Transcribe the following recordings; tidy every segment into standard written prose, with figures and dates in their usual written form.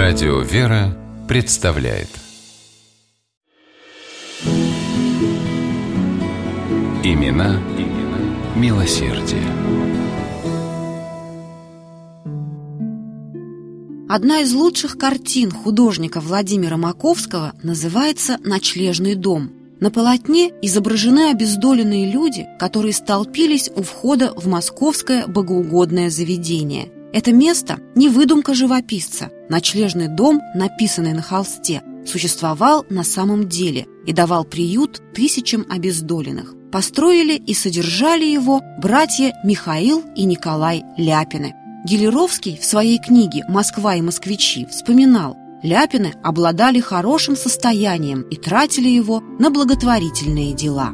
Радио «Вера» представляет Имена милосердия. Одна из лучших картин художника Владимира Маковского называется «Ночлежный дом». На полотне изображены обездоленные люди, которые столпились у входа в московское богоугодное заведение. Это место – не выдумка живописца. Ночлежный дом, написанный на холсте, существовал на самом деле и давал приют тысячам обездоленных. Построили и содержали его братья Михаил и Николай Ляпины. Гелеровский в своей книге «Москва и москвичи» вспоминал: Ляпины обладали хорошим состоянием и тратили его на благотворительные дела.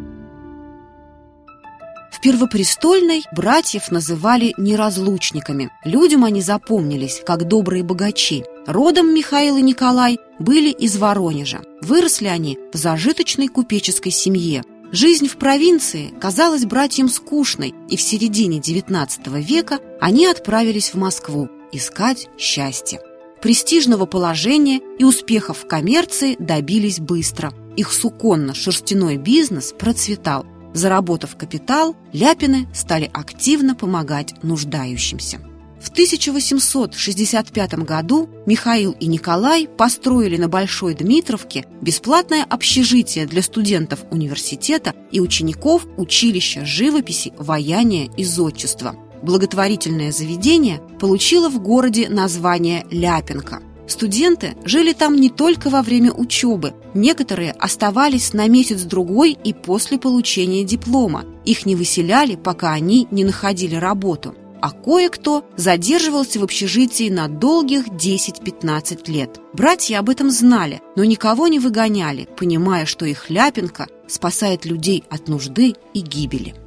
В Первопрестольной братьев называли неразлучниками. Людям они запомнились как добрые богачи. Родом Михаил и Николай были из Воронежа. Выросли они в зажиточной купеческой семье. Жизнь в провинции казалась братьям скучной, и в середине XIX века они отправились в Москву искать счастье. Престижного положения и успехов в коммерции добились быстро. Их суконно-шерстяной бизнес процветал. Заработав капитал, Ляпины стали активно помогать нуждающимся. В 1865 году Михаил и Николай построили на Большой Дмитровке бесплатное общежитие для студентов университета и учеников училища живописи, ваяния и зодчества. Благотворительное заведение получило в городе название Ляпинка. Студенты жили там не только во время учебы. Некоторые оставались на месяц-другой и после получения диплома. Их не выселяли, пока они не находили работу. А кое-кто задерживался в общежитии на долгих 10-15 лет. Братья об этом знали, но никого не выгоняли, понимая, что их Ляпинка спасает людей от нужды и гибели.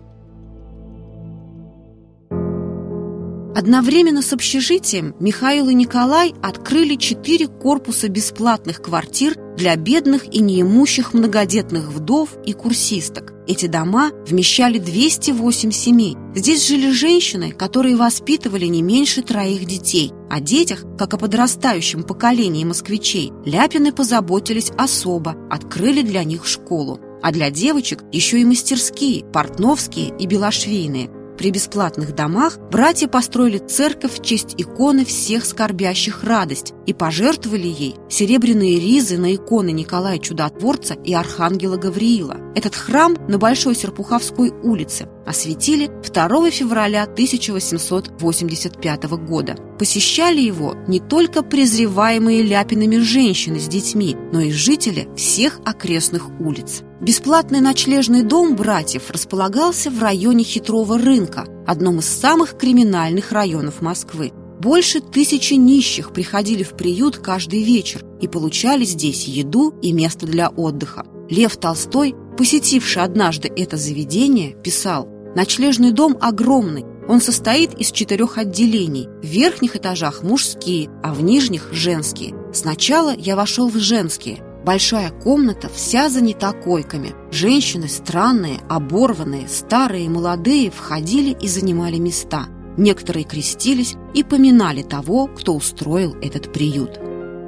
Одновременно с общежитием Михаил и Николай открыли 4 корпуса бесплатных квартир для бедных и неимущих многодетных вдов и курсисток. Эти дома вмещали 208 семей. Здесь жили женщины, которые воспитывали не меньше 3 детей. О детях, как о подрастающем поколении москвичей, Ляпины позаботились особо, открыли для них школу. А для девочек еще и мастерские, портновские и белошвейные. При бесплатных домах братья построили церковь в честь иконы всех скорбящих радость и пожертвовали ей серебряные ризы на иконы Николая Чудотворца и архангела Гавриила. Этот храм на Большой Серпуховской улице осветили 2 февраля 1885 года. Посещали его не только презреваемые Ляпинами женщины с детьми, но и жители всех окрестных улиц. Бесплатный ночлежный дом братьев располагался в районе Хитрого рынка, одном из самых криминальных районов Москвы. Больше 1000 нищих приходили в приют каждый вечер и получали здесь еду и место для отдыха. Лев Толстой, посетивший однажды это заведение, писал: «Ночлежный дом огромный. Он состоит из 4 отделений. В верхних этажах мужские, а в нижних – женские. Сначала я вошел в женские. Большая комната вся занята койками. Женщины странные, оборванные, старые и молодые входили и занимали места. Некоторые крестились и поминали того, кто устроил этот приют».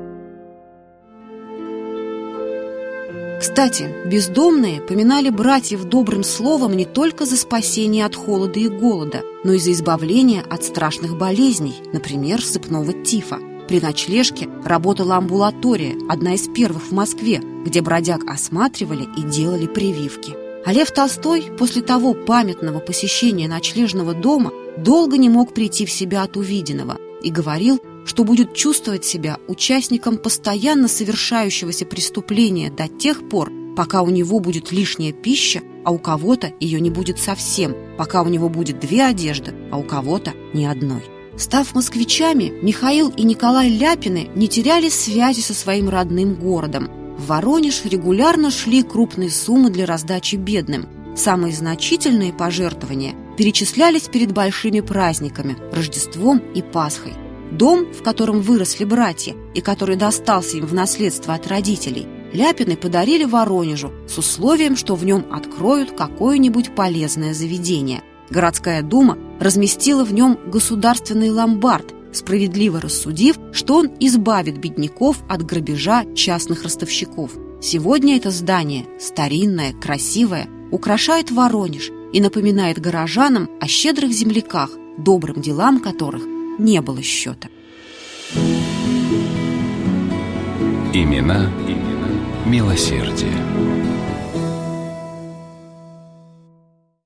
Кстати, бездомные поминали братьев добрым словом не только за спасение от холода и голода, но и за избавление от страшных болезней, например, сыпного тифа. При ночлежке работала амбулатория, одна из первых в Москве, где бродяг осматривали и делали прививки. А Лев Толстой после того памятного посещения ночлежного дома долго не мог прийти в себя от увиденного и говорил, что будет чувствовать себя участником постоянно совершающегося преступления до тех пор, пока у него будет лишняя пища, а у кого-то ее не будет совсем, пока у него будет 2 одежды, а у кого-то ни одной. Став москвичами, Михаил и Николай Ляпины не теряли связи со своим родным городом. В Воронеж регулярно шли крупные суммы для раздачи бедным. Самые значительные пожертвования перечислялись перед большими праздниками – Рождеством и Пасхой. Дом, в котором выросли братья и который достался им в наследство от родителей, Ляпины подарили Воронежу с условием, что в нем откроют какое-нибудь полезное заведение. Городская дума разместила в нем государственный ломбард справедливо рассудив, что он избавит бедняков от грабежа частных ростовщиков. Сегодня это здание, старинное, красивое, украшает Воронеж и напоминает горожанам о щедрых земляках, добрым делам которых не было счета. Имена милосердия.